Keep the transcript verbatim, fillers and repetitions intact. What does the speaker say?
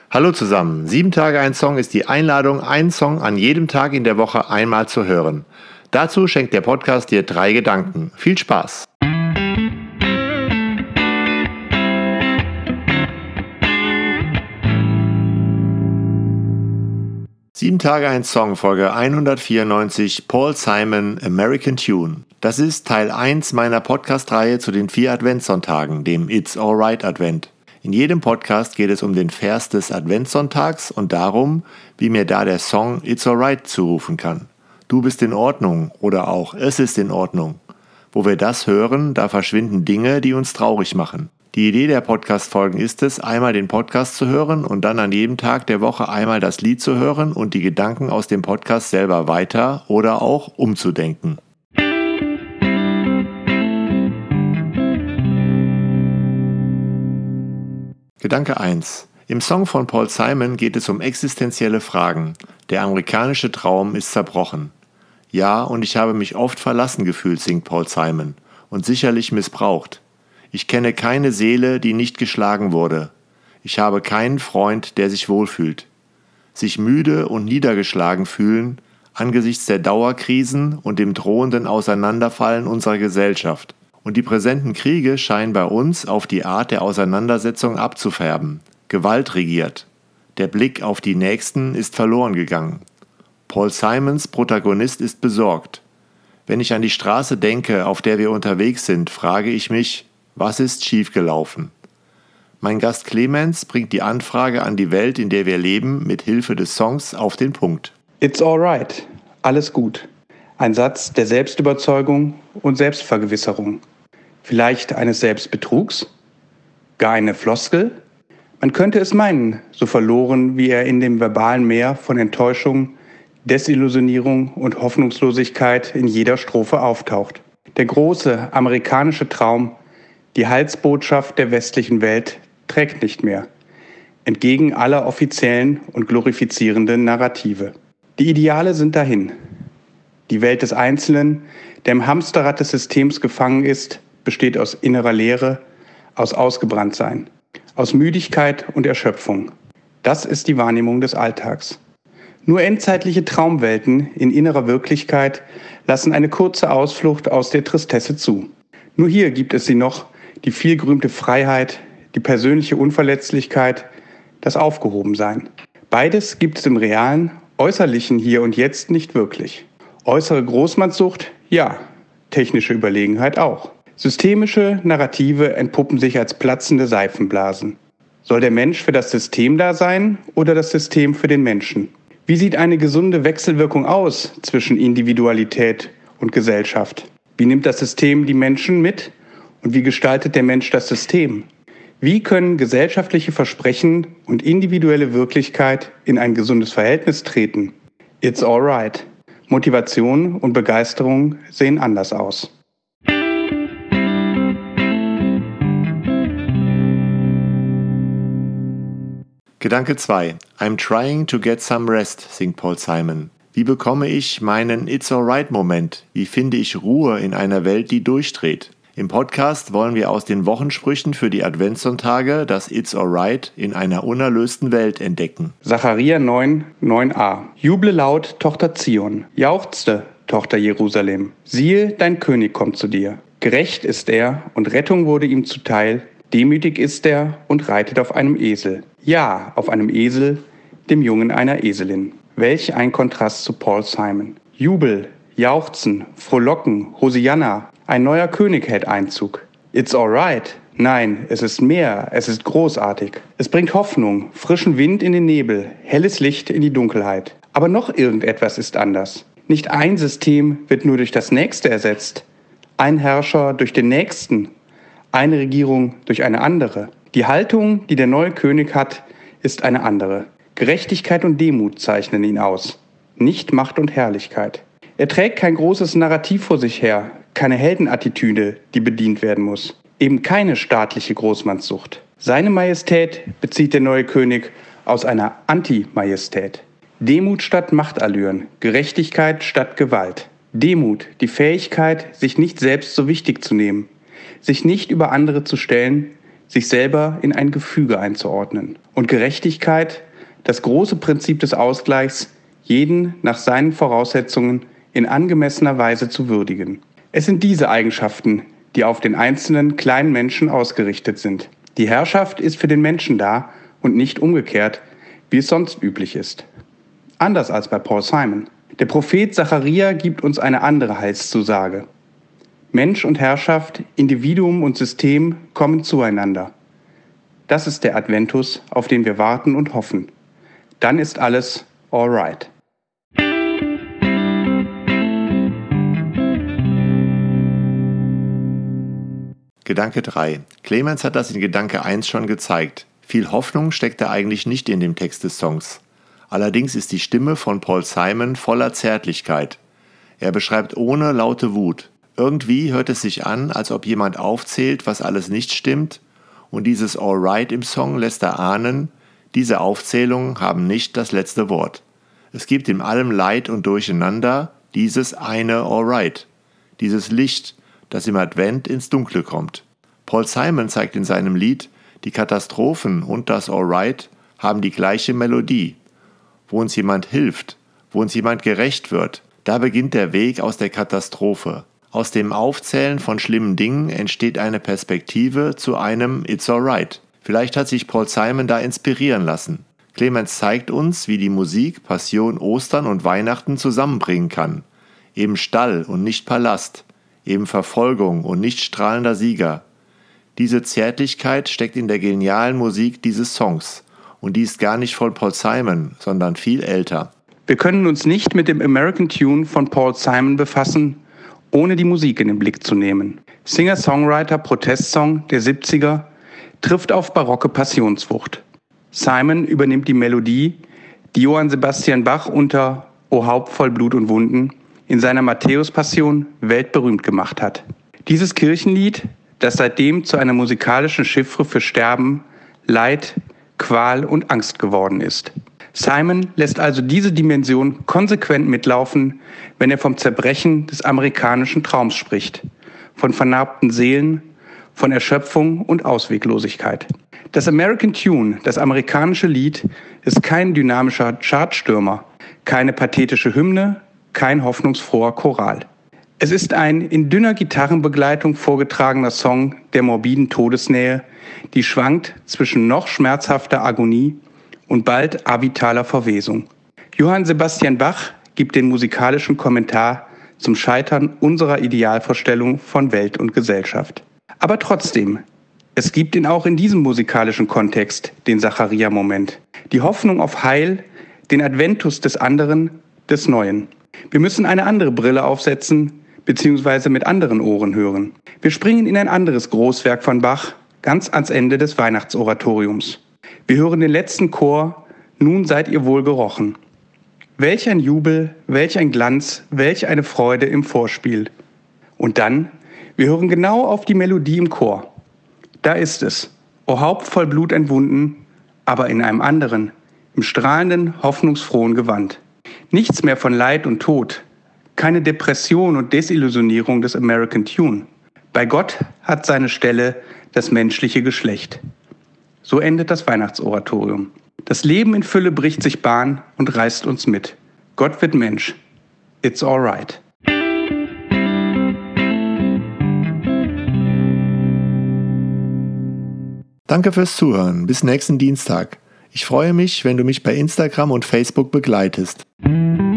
Hallo zusammen, sieben Tage ein Song ist die Einladung, einen Song an jedem Tag in der Woche einmal zu hören. Dazu schenkt der Podcast dir drei Gedanken. Viel Spaß! Sieben Tage ein Song, Folge hundertvierundneunzig, Paul Simon, American Tune. Das ist Teil eins meiner Podcast-Reihe zu den vier Adventssonntagen, dem It's Alright Advent. In jedem Podcast geht es um den Vers des Adventssonntags und darum, wie mir da der Song It's Alright zurufen kann. Du bist in Ordnung oder auch Es ist in Ordnung. Wo wir das hören, da verschwinden Dinge, die uns traurig machen. Die Idee der Podcast-Folgen ist es, einmal den Podcast zu hören und dann an jedem Tag der Woche einmal das Lied zu hören und die Gedanken aus dem Podcast selber weiter oder auch umzudenken. Gedanke eins. Im Song von Paul Simon geht es um existenzielle Fragen. Der amerikanische Traum ist zerbrochen. Ja, und ich habe mich oft verlassen gefühlt, singt Paul Simon, und sicherlich missbraucht. Ich kenne keine Seele, die nicht geschlagen wurde. Ich habe keinen Freund, der sich wohlfühlt. Sich müde und niedergeschlagen fühlen angesichts der Dauerkrisen und dem drohenden Auseinanderfallen unserer Gesellschaft. Und die präsenten Kriege scheinen bei uns auf die Art der Auseinandersetzung abzufärben. Gewalt regiert. Der Blick auf die Nächsten ist verloren gegangen. Paul Simons Protagonist ist besorgt. Wenn ich an die Straße denke, auf der wir unterwegs sind, frage ich mich, was ist schiefgelaufen? Mein Gast Clemens bringt die Anfrage an die Welt, in der wir leben, mit Hilfe des Songs auf den Punkt. It's alright. Alles gut. Ein Satz der Selbstüberzeugung und Selbstvergewisserung. Vielleicht eines Selbstbetrugs? Gar eine Floskel? Man könnte es meinen, so verloren, wie er in dem verbalen Meer von Enttäuschung, Desillusionierung und Hoffnungslosigkeit in jeder Strophe auftaucht. Der große amerikanische Traum, die Heilsbotschaft der westlichen Welt, trägt nicht mehr, entgegen aller offiziellen und glorifizierenden Narrative. Die Ideale sind dahin. Die Welt des Einzelnen, der im Hamsterrad des Systems gefangen ist, besteht aus innerer Leere, aus Ausgebranntsein, aus Müdigkeit und Erschöpfung. Das ist die Wahrnehmung des Alltags. Nur endzeitliche Traumwelten in innerer Wirklichkeit lassen eine kurze Ausflucht aus der Tristesse zu. Nur hier gibt es sie noch, die vielgerühmte Freiheit, die persönliche Unverletzlichkeit, das Aufgehobensein. Beides gibt es im realen, äußerlichen Hier und Jetzt nicht wirklich. Äußere Großmannssucht, ja, technische Überlegenheit auch. Systemische Narrative entpuppen sich als platzende Seifenblasen. Soll der Mensch für das System da sein oder das System für den Menschen? Wie sieht eine gesunde Wechselwirkung aus zwischen Individualität und Gesellschaft? Wie nimmt das System die Menschen mit und wie gestaltet der Mensch das System? Wie können gesellschaftliche Versprechen und individuelle Wirklichkeit in ein gesundes Verhältnis treten? It's alright. Motivation und Begeisterung sehen anders aus. Gedanke zwei. I'm trying to get some rest, singt Paul Simon. Wie bekomme ich meinen It's Alright Moment? Wie finde ich Ruhe in einer Welt, die durchdreht? Im Podcast wollen wir aus den Wochensprüchen für die Adventssonntage das It's Alright in einer unerlösten Welt entdecken. Sacharja neun, neun a. Juble laut, Tochter Zion. Jauchzte, Tochter Jerusalem. Siehe, dein König kommt zu dir. Gerecht ist er und Rettung wurde ihm zuteil. Demütig ist er und reitet auf einem Esel. Ja, auf einem Esel, dem Jungen einer Eselin. Welch ein Kontrast zu Paul Simon. Jubel, Jauchzen, Frohlocken, Hosianna. Ein neuer König hält Einzug. It's alright. Nein, es ist mehr, es ist großartig. Es bringt Hoffnung, frischen Wind in den Nebel, helles Licht in die Dunkelheit. Aber noch irgendetwas ist anders. Nicht ein System wird nur durch das nächste ersetzt. Ein Herrscher durch den nächsten. Eine Regierung durch eine andere. Die Haltung, die der neue König hat, ist eine andere. Gerechtigkeit und Demut zeichnen ihn aus. Nicht Macht und Herrlichkeit. Er trägt kein großes Narrativ vor sich her, keine Heldenattitüde, die bedient werden muss. Eben keine staatliche Großmannssucht. Seine Majestät bezieht der neue König aus einer Anti-Majestät. Demut statt Machtallüren, Gerechtigkeit statt Gewalt. Demut, die Fähigkeit, sich nicht selbst so wichtig zu nehmen, sich nicht über andere zu stellen, sich selber in ein Gefüge einzuordnen. Und Gerechtigkeit, das große Prinzip des Ausgleichs, jeden nach seinen Voraussetzungen in angemessener Weise zu würdigen. Es sind diese Eigenschaften, die auf den einzelnen kleinen Menschen ausgerichtet sind. Die Herrschaft ist für den Menschen da und nicht umgekehrt, wie es sonst üblich ist. Anders als bei Paul Simon. Der Prophet Zacharia gibt uns eine andere Heilszusage. Mensch und Herrschaft, Individuum und System kommen zueinander. Das ist der Adventus, auf den wir warten und hoffen. Dann ist alles all right. Gedanke drei. Clemens hat das in Gedanke eins schon gezeigt. Viel Hoffnung steckt da eigentlich nicht in dem Text des Songs. Allerdings ist die Stimme von Paul Simon voller Zärtlichkeit. Er beschreibt ohne laute Wut. Irgendwie hört es sich an, als ob jemand aufzählt, was alles nicht stimmt, und dieses Alright im Song lässt er ahnen, diese Aufzählungen haben nicht das letzte Wort. Es gibt in allem Leid und Durcheinander dieses eine Alright, dieses Licht, das im Advent ins Dunkle kommt. Paul Simon zeigt in seinem Lied, die Katastrophen und das Alright haben die gleiche Melodie. Wo uns jemand hilft, wo uns jemand gerecht wird, da beginnt der Weg aus der Katastrophe. Aus dem Aufzählen von schlimmen Dingen entsteht eine Perspektive zu einem It's alright. Vielleicht hat sich Paul Simon da inspirieren lassen. Clemens zeigt uns, wie die Musik Passion, Ostern und Weihnachten zusammenbringen kann. Eben Stall und nicht Palast. Eben Verfolgung und nicht strahlender Sieger. Diese Zärtlichkeit steckt in der genialen Musik dieses Songs. Und die ist gar nicht von Paul Simon, sondern viel älter. Wir können uns nicht mit dem American Tune von Paul Simon befassen, ohne die Musik in den Blick zu nehmen. Singer-Songwriter-Protestsong der siebziger trifft auf barocke Passionswucht. Simon übernimmt die Melodie, die Johann Sebastian Bach unter O Haupt voll Blut und Wunden in seiner Matthäus-Passion weltberühmt gemacht hat. Dieses Kirchenlied, das seitdem zu einer musikalischen Chiffre für Sterben, Leid, Qual und Angst geworden ist. Simon lässt also diese Dimension konsequent mitlaufen, wenn er vom Zerbrechen des amerikanischen Traums spricht, von vernarbten Seelen, von Erschöpfung und Ausweglosigkeit. Das American Tune, das amerikanische Lied, ist kein dynamischer Chartstürmer, keine pathetische Hymne, kein hoffnungsfroher Choral. Es ist ein in dünner Gitarrenbegleitung vorgetragener Song der morbiden Todesnähe, die schwankt zwischen noch schmerzhafter Agonie und bald avitaler Verwesung. Johann Sebastian Bach gibt den musikalischen Kommentar zum Scheitern unserer Idealvorstellung von Welt und Gesellschaft. Aber trotzdem, es gibt ihn auch in diesem musikalischen Kontext, den Zacharia-Moment. Die Hoffnung auf Heil, den Adventus des anderen, des Neuen. Wir müssen eine andere Brille aufsetzen, beziehungsweise mit anderen Ohren hören. Wir springen in ein anderes Großwerk von Bach, ganz ans Ende des Weihnachtsoratoriums. Wir hören den letzten Chor, nun seid ihr wohl gerochen. Welch ein Jubel, welch ein Glanz, welch eine Freude im Vorspiel. Und dann, wir hören genau auf die Melodie im Chor. Da ist es, o Haupt voll Blut entwunden, aber in einem anderen, im strahlenden, hoffnungsfrohen Gewand. Nichts mehr von Leid und Tod, keine Depression und Desillusionierung des American Tune. Bei Gott hat seine Stelle das menschliche Geschlecht. So endet das Weihnachtsoratorium. Das Leben in Fülle bricht sich Bahn und reißt uns mit. Gott wird Mensch. It's all right. Danke fürs Zuhören. Bis nächsten Dienstag. Ich freue mich, wenn du mich bei Instagram und Facebook begleitest.